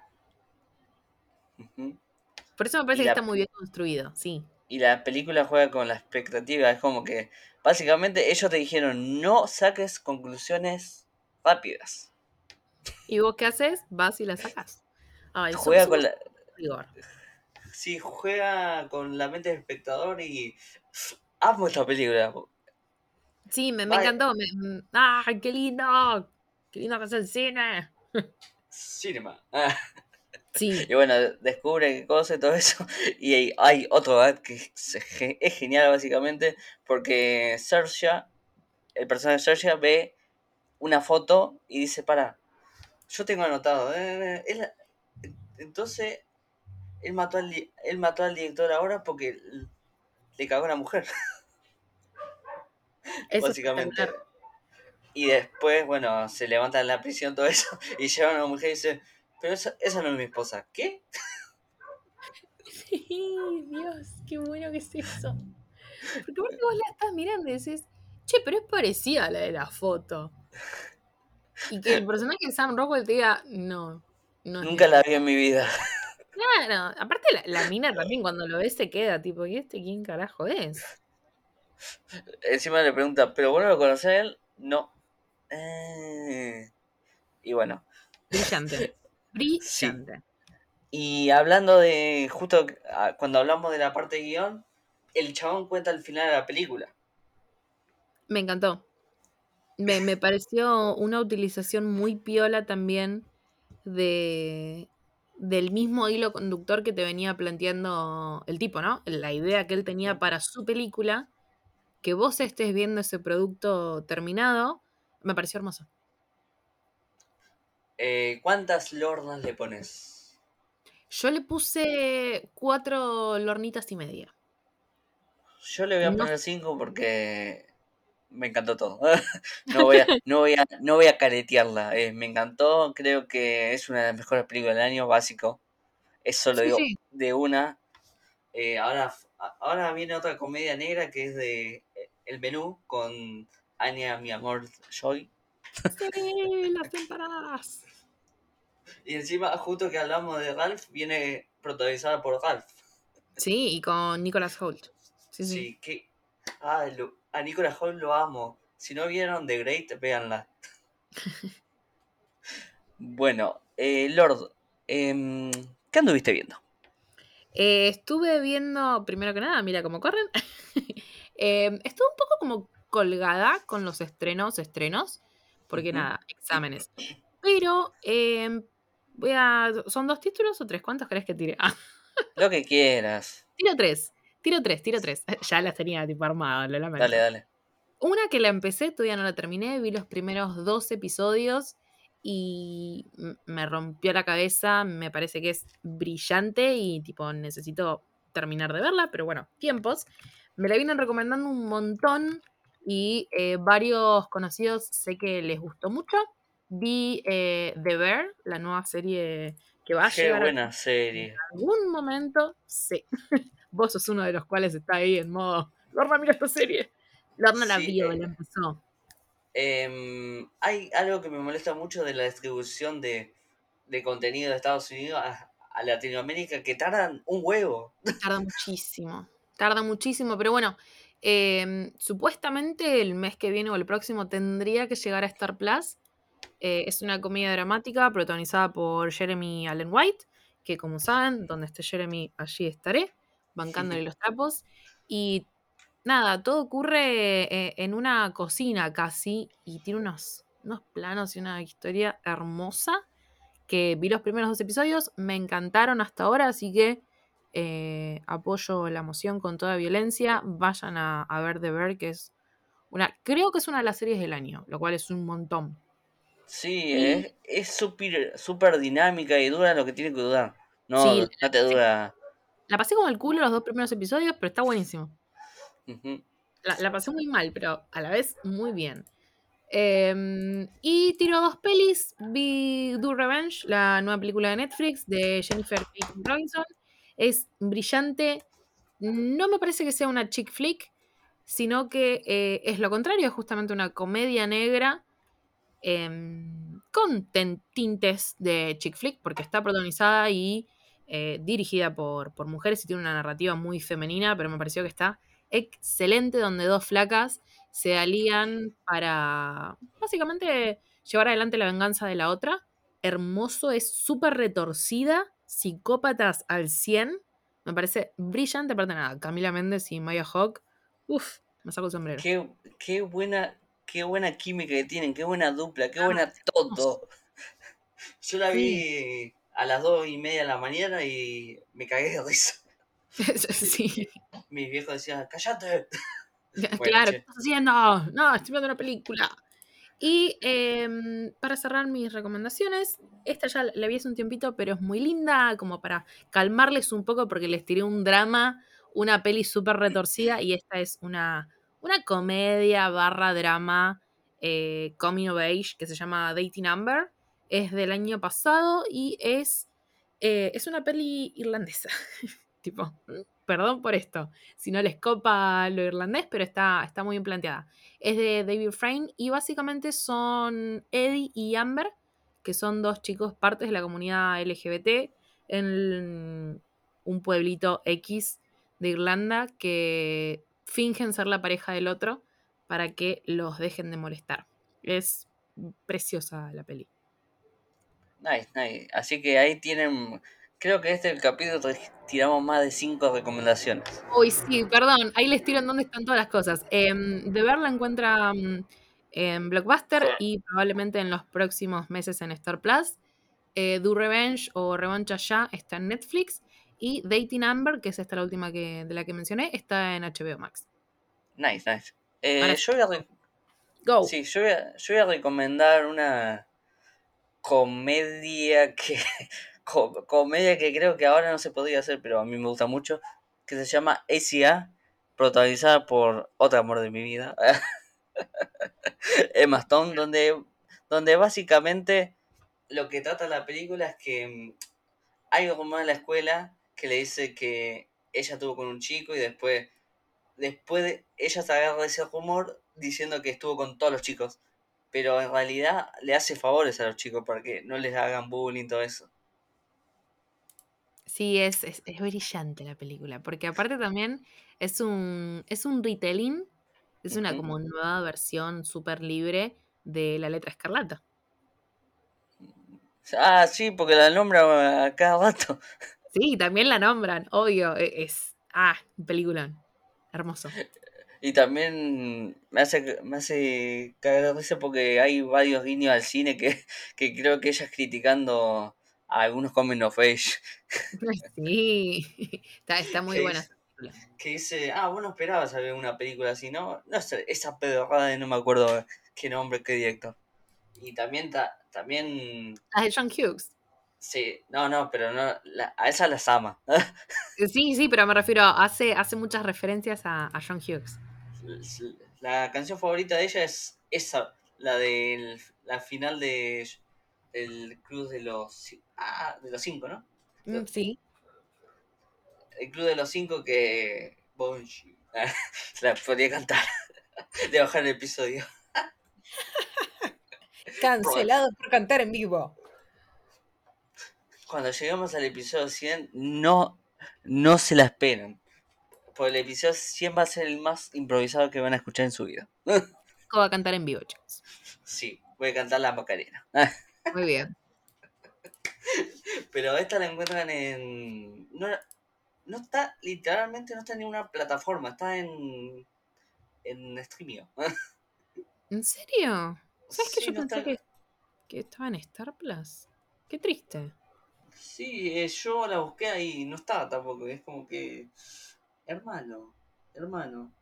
Ujú. Por eso me Y parece que está la, muy bien construido, sí. y la película juega con la expectativa. Es como que básicamente ellos te dijeron no saques conclusiones rápidas. ¿Y vos qué haces? Vas y la sacás. Ay, so- Juega con somos la, rigor. sí, juega con la mente del espectador y amo esta película. Sí, me, me Vaya, encantó. Me, mm, ¡ay, qué lindo! ¡Qué lindo que es el cine! cinema. Sí, Y bueno, descubre qué cosa y todo eso. Y hay, hay otro gag que es, ge- es genial básicamente porque Saoirse, el personaje de Saoirse ve una foto y dice, para, yo tengo anotado. eh, él- entonces, él mató, al, di- él mató al director ahora porque l- le cagó a una mujer, es básicamente. espectacular. Y después, bueno, se levanta en la prisión todo eso y llevan a una mujer y dice, pero esa, esa no es mi esposa. ¿Qué? Sí, Dios, qué bueno que es eso. Porque aparte vos la estás mirando y decís, che, pero es parecida a la de la foto. Y que el personaje de Sam Rockwell te diga, no, no es mi Nunca la esposa. vi en mi vida. Claro, aparte la, la mina también cuando lo ves se queda tipo, ¿y este quién carajo es? Encima le pregunta, ¿pero vos no lo conocés a él? No. Eh, y bueno, Brillante. sí. Brillante. Y hablando de, justo ah, cuando hablamos de la parte de guión, el chabón cuenta el final de la película. Me encantó. Me, me pareció una utilización muy piola también de, del mismo hilo conductor que te venía planteando el tipo, ¿no? La idea que él tenía Ujú. para su película, que vos estés viendo ese producto terminado, me pareció hermoso. Eh, ¿cuántas lornas le pones? Yo le puse cuatro lornitas y media. Yo le voy a No, poner cinco porque me encantó todo. No voy a, no voy a, no voy a caretearla. Eh, me encantó, creo que es una de las mejores películas del año, básico. Eso lo sí, digo sí. de una. Eh, ahora, ahora viene otra comedia negra que es de eh, El Menú con Anya, mi amor, Joy. Sí, las empanadas. Y encima, justo que hablamos de Ralph, viene protagonizada por Ralph. Sí, y con Nicholas Hoult. Sí, sí. Sí, que. Ah, lo- a Nicolas Hoult lo amo. Si no vieron The Great, véanla. Bueno, eh, Lord, em, ¿qué anduviste viendo? Eh, estuve viendo, primero que nada, mira cómo corren. Eh, estuve un poco como colgada con los estrenos, estrenos, porque Ujú. nada, exámenes. Pero eh, voy a... ¿Son dos títulos o tres? ¿Cuántos crees que tire? Ah, Lo que quieras. tiro tres, tiro tres, tiro tres. Ya las tenía tipo armadas, lo Dale, lamento. dale. Una que la empecé, todavía no la terminé, vi los primeros dos episodios y m- me rompió la cabeza, me parece que es brillante y tipo necesito terminar de verla, pero bueno, tiempos. Me la vienen recomendando un montón y eh, varios conocidos sé que les gustó mucho. Vi eh, The Bear, la nueva serie que va a Qué llegar a buena en serie. algún momento, sí. Vos sos uno de los cuales está ahí en modo, Lorna, mira esta serie. Lorna la Sí, vio, eh, la empezó. em, hay algo que me molesta mucho de la distribución de, de contenido de Estados Unidos a, a Latinoamérica, que tardan un huevo. Tarda muchísimo, tarda muchísimo, pero bueno, eh, supuestamente el mes que viene o el próximo tendría que llegar a Star Plus. Eh, es una comedia dramática protagonizada por Jeremy Allen White, que como saben, donde esté Jeremy, allí estaré, bancándole los trapos. Y nada, todo ocurre eh, en una cocina casi y tiene unos, unos planos y una historia hermosa que vi los primeros dos episodios, me encantaron hasta ahora, así que eh, apoyo la moción con toda violencia. Vayan a, a ver The Bear, que es una, creo que es una de las series del año, lo cual es un montón. Sí, Y es es súper súper dinámica y dura lo que tiene que durar. sí, No, no te dura. la pasé como el culo los dos primeros episodios, pero está buenísimo. Ujú. La, la pasé muy mal, pero a la vez muy bien. Eh, y tiro dos pelis. Vi Do Revenge, la nueva película de Netflix de Jennifer Tatum Robinson. Es brillante. No me parece que sea una chick flick, sino que eh, es lo contrario, es justamente una comedia negra em, con ten- tintes de chick flick, porque está protagonizada y eh, dirigida por, por mujeres y tiene una narrativa muy femenina, pero me pareció que está excelente, donde dos flacas se alían para básicamente llevar adelante la venganza de la otra. Hermoso, es súper retorcida, psicópatas al cien. Me parece brillante, aparte nada, Camila Méndez y Maya Hawke. Uf, me saco el sombrero. Qué, qué buena, qué buena química que tienen, qué buena dupla, qué Ah, buena es hermoso. todo. Yo la Sí, vi a las dos y media de la mañana y me cagué de risa. sí. Mis viejos decían, cállate. Bueno, Claro, ¿qué che. estás haciendo? No, estoy viendo una película. Y em, para cerrar mis recomendaciones, esta ya la vi hace un tiempito, pero es muy linda, como para calmarles un poco, porque les tiré un drama, una peli súper retorcida, y esta es una, una comedia barra drama eh, coming of age que se llama Dating Amber. Es del año pasado y es, eh, es una peli irlandesa. Tipo, mm, perdón por esto, si no les copa lo irlandés, pero está, está muy bien planteada. Es de David Frame y básicamente son Eddie y Amber, que son dos chicos partes de la comunidad L G B T en un pueblito X de Irlanda que fingen ser la pareja del otro para que los dejen de molestar. Es preciosa la peli. Nice, nice. Así que ahí tienen, creo que este el capítulo tiramos más de cinco recomendaciones. Uy, sí, perdón, ahí les tiro en dónde están todas las cosas. Em, de ver la encuentra mm, en Blockbuster y probablemente en los próximos meses en Star Plus. Eh, Do Revenge o Revancha Ya está en Netflix. Y Dating Amber, que es esta la última que, de la que mencioné, está en H B O Max. Nice, nice. Ahora Eh, sí, yo voy a, re- go. sí, yo voy a, yo voy a recomendar una comedia que co- comedia que creo que ahora no se podría hacer, pero a mí me gusta mucho, que se llama A C A, protagonizada por otro amor de mi vida, Emma Stone, donde, donde básicamente lo que trata la película es que mm, hay un rumor en la escuela que le dice que ella estuvo con un chico y después, después de- ella se agarra de ese rumor diciendo que estuvo con todos los chicos, pero en realidad le hace favores a los chicos para que no les hagan bullying y todo eso. Sí, es, es, es brillante la película, porque aparte también es un, es un retelling, es una Ujú. como nueva versión súper libre de La Letra Escarlata. Ah, sí, porque la nombra a cada rato. Sí, también la nombran, obvio. e- Es. Ah, un peliculón. Hermoso. Y también me hace, me hace cagar de risa porque hay varios guiños al cine que, que creo que ella es criticando a algunos coming of age. Sí, está, está muy Que buena dice, esta película. que dice, ah, vos no esperabas a ver una película así, ¿no? No sé, esa pedorrada de no me acuerdo qué nombre, qué director. Y también, ta- también, Ah, de John Hughes. sí, no, no, pero no, la- a esa las ama. Eh, Sí, sí, pero me refiero, hace, hace muchas referencias a, a John Hughes. La canción favorita de ella es esa, la de la final de el Club de los ah, de los cinco, ¿no? Mm, sí. El Club de los cinco que Bonji se la podría cantar de bajar el episodio. Cancelado por cantar en vivo. Cuando lleguemos al episodio cien no, no se la esperan. Porque el episodio cien va a ser el más improvisado que van a escuchar en su vida. Nico va a cantar en vivo, chicos. Sí, voy a cantar la Macarena. Muy bien. Pero esta la encuentran en. No, no está, literalmente no está en ninguna plataforma, está en. en streaming. ¿En serio? ¿Sabes que Sí, yo no pensé está. que, que estaba en Star Plus? Qué triste. Sí, eh, yo la busqué ahí, no estaba tampoco. Es como que. Hermano, hermano.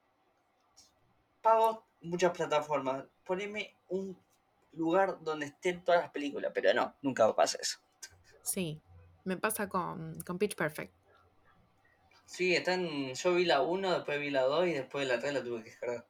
Pago muchas plataformas. Poneme un lugar donde estén todas las películas, pero no, nunca pasa eso. Sí, me pasa con, con Pitch Perfect. Sí, están. Yo vi la uno, después vi la dos y después la tres la tuve que descargar.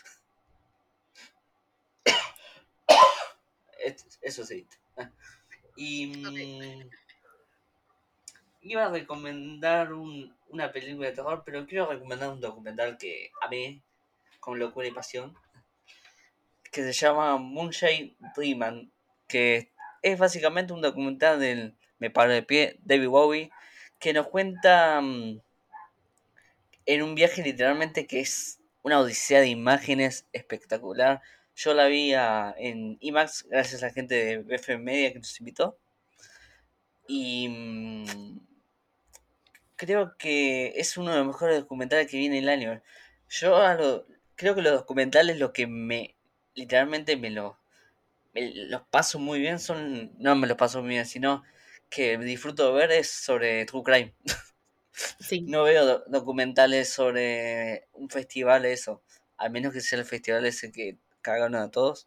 Es- Eso sí. Y. mm, Iba a recomendar un- una película de terror, pero quiero recomendar un documental que amé con locura y pasión, que se llama Moonshine Dreaman, que es básicamente un documental del, me paro de pie, David Bowie, que nos cuenta mm, en un viaje literalmente que es una odisea de imágenes espectacular. Yo la vi a- en IMAX gracias a la gente de B F Media que nos invitó. Y mm, creo que es uno de los mejores documentales que viene el año. Yo a lo- creo que los documentales lo que me literalmente me lo me los paso muy bien son no me los paso muy bien, sino que disfruto de ver es sobre true crime. Sí. No veo do- documentales sobre un festival eso, al menos que sea el festival ese que cagan a todos.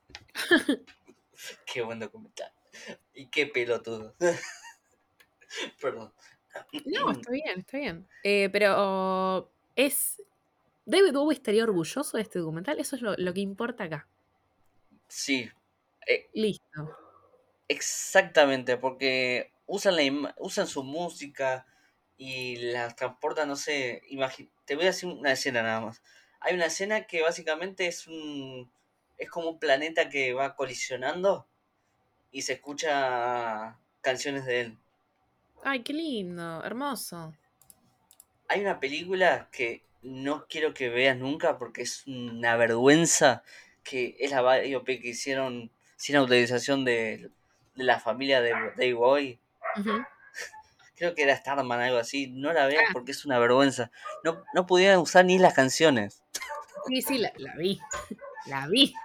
Qué buen documental. Y qué pelotudo. Perdón. No, está bien, está bien. Eh, pero es. David Bowie estaría orgulloso de este documental. Eso es lo, lo que importa acá. Sí, eh, Listo. exactamente, porque usan, la ima- usan su música y la transportan, no sé, imagi- te voy a decir una escena nada más. Hay una escena que básicamente es un es como un planeta que va colisionando y se escucha canciones de él. Ay, qué lindo, hermoso. Hay una película que no quiero que veas nunca porque es una vergüenza, que es la biopic que hicieron sin autorización de, de la familia de Dave Boy. Ujú. Creo que era Starman, algo así. No la veas Ah, porque es una vergüenza. No, no pudieron usar ni las canciones. sí, sí, la, la vi. La vi.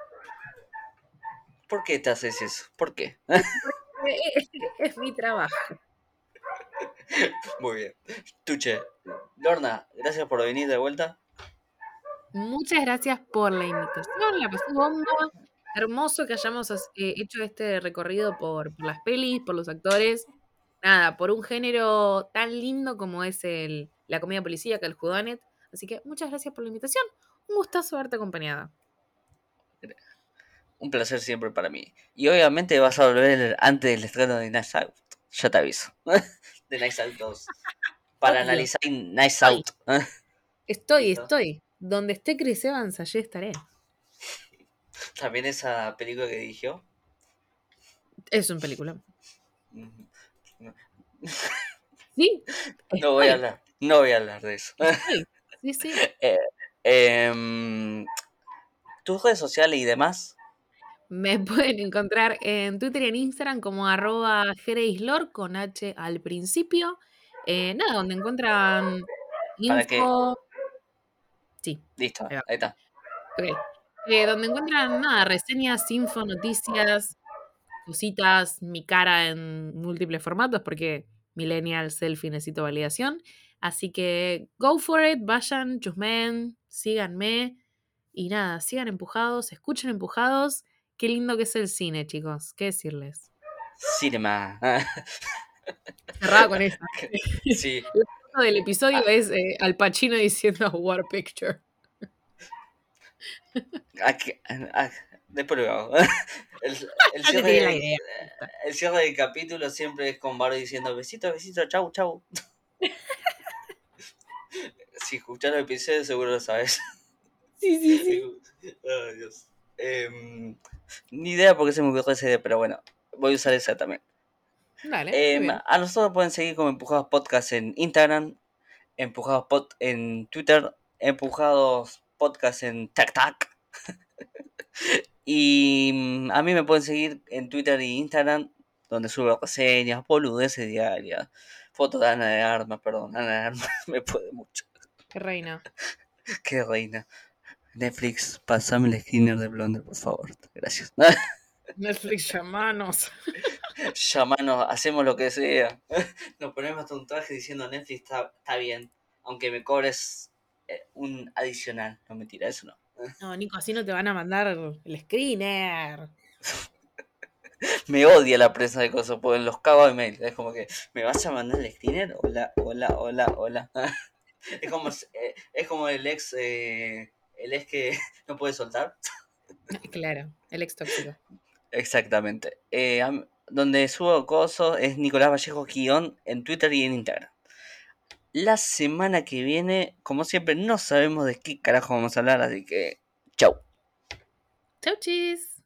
¿Por qué te haces eso? ¿Por qué? Porque Es, es mi trabajo. Muy bien. Tuche. Lorna, gracias por venir de vuelta. Muchas gracias por la invitación. La pasé bomba. Hermoso que hayamos as- eh, hecho este recorrido por, por las pelis, por los actores. Nada, por un género tan lindo como es el, la comedia policíaca, el whodunit. Así que muchas gracias por la invitación. Un gustazo haberte acompañada. Un placer siempre para mí. Y obviamente vas a volver antes del estreno de Nice Out. Ya te aviso. De Nice Out dos. Para Obvio. analizar Nice Estoy, Out. estoy, ¿Listo? estoy. Donde esté Chris Evans, allí estaré. También esa película que dirigió. Es un película. No Sí, no voy a estoy, hablar. No voy a hablar de eso. estoy. Sí, sí. Eh, em, Tus redes sociales y demás. Me pueden encontrar en Twitter y en Instagram como arroba gereislor con H al principio. Eh, nada, donde encuentran Para que info. Sí, Listo, ahí va. ahí está. Ok. Eh, donde encuentran nada, reseñas, info, noticias, cositas, mi cara en múltiples formatos, porque millennial selfie necesito validación. Así que go for it, vayan, chusmen, síganme. Y nada, sigan empujados, escuchen empujados. Qué lindo que es el cine, chicos. ¿Qué decirles? Cinema. Cerraba con esta. Sí. La foto del episodio Ah, es eh, Al Pacino diciendo War Picture. aquí, ah, después lo hago. El, el Ya te cierre tiré la de- idea. Ya está. el cierre del capítulo siempre es con Baro diciendo besito, besito, chau, chau. Si escucharon el episodio seguro lo sabes. Sí, sí, sí. Ay, Dios. Em, ni idea por qué se me ocurrió esa idea, pero bueno, voy a usar esa también. Dale, muy Em, bien. a nosotros pueden seguir como Empujados Podcast en Instagram, Empujados Pod en Twitter, Empujados Podcast en TikTok. Y mm, a mí me pueden seguir en Twitter y Instagram, donde subo reseñas, boludeces diarias, fotos de Ana de Armas, perdón, Ana de Armas me puede mucho. Qué reina. Qué reina. Netflix, pasame el screener de Blonder, por favor. Gracias. Netflix, llamanos. Llamanos, hacemos lo que sea. Nos ponemos hasta un traje diciendo Netflix está, está bien, aunque me cobres eh, un adicional. No, mentira, eso no. No, Nico, así no te van a mandar el screener. Me odia la prensa de cosas, porque los cago de mail. Es como que, ¿me vas a mandar el screener? Hola, hola, hola, hola. Es como, eh, es como el ex, eh, el ex que no puede soltar. Claro, el ex tóxico. Exactamente. Eh, am- donde subo cosas es Nicolás Vallejo guión en Twitter y en Instagram. La semana que viene, como siempre, no sabemos de qué carajo vamos a hablar, así que chau. Chau, chis.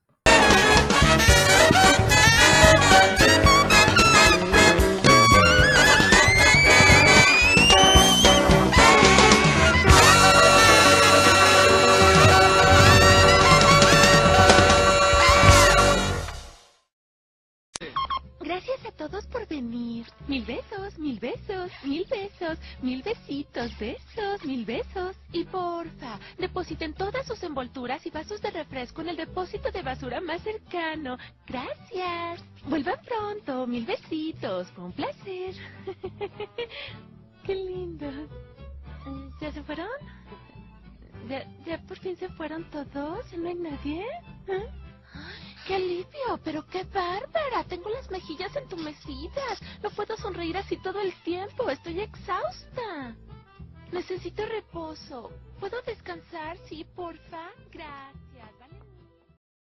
Gracias a todos por venir. Mil besos, mil besos, mil besos, mil besitos, besos, mil besos. Y porfa, depositen todas sus envolturas y vasos de refresco en el depósito de basura más cercano. Gracias. Vuelvan pronto, mil besitos. Fue un placer. Qué lindo. ¿Ya se fueron? ¿Ya, ya por fin se fueron todos? ¿Ya no hay nadie? ¿Eh? ¡Qué alivio! ¡Pero qué bárbara! Tengo las mejillas entumecidas. No puedo sonreír así todo el tiempo. Estoy exhausta. Necesito reposo. ¿Puedo descansar? Sí, porfa. Gracias.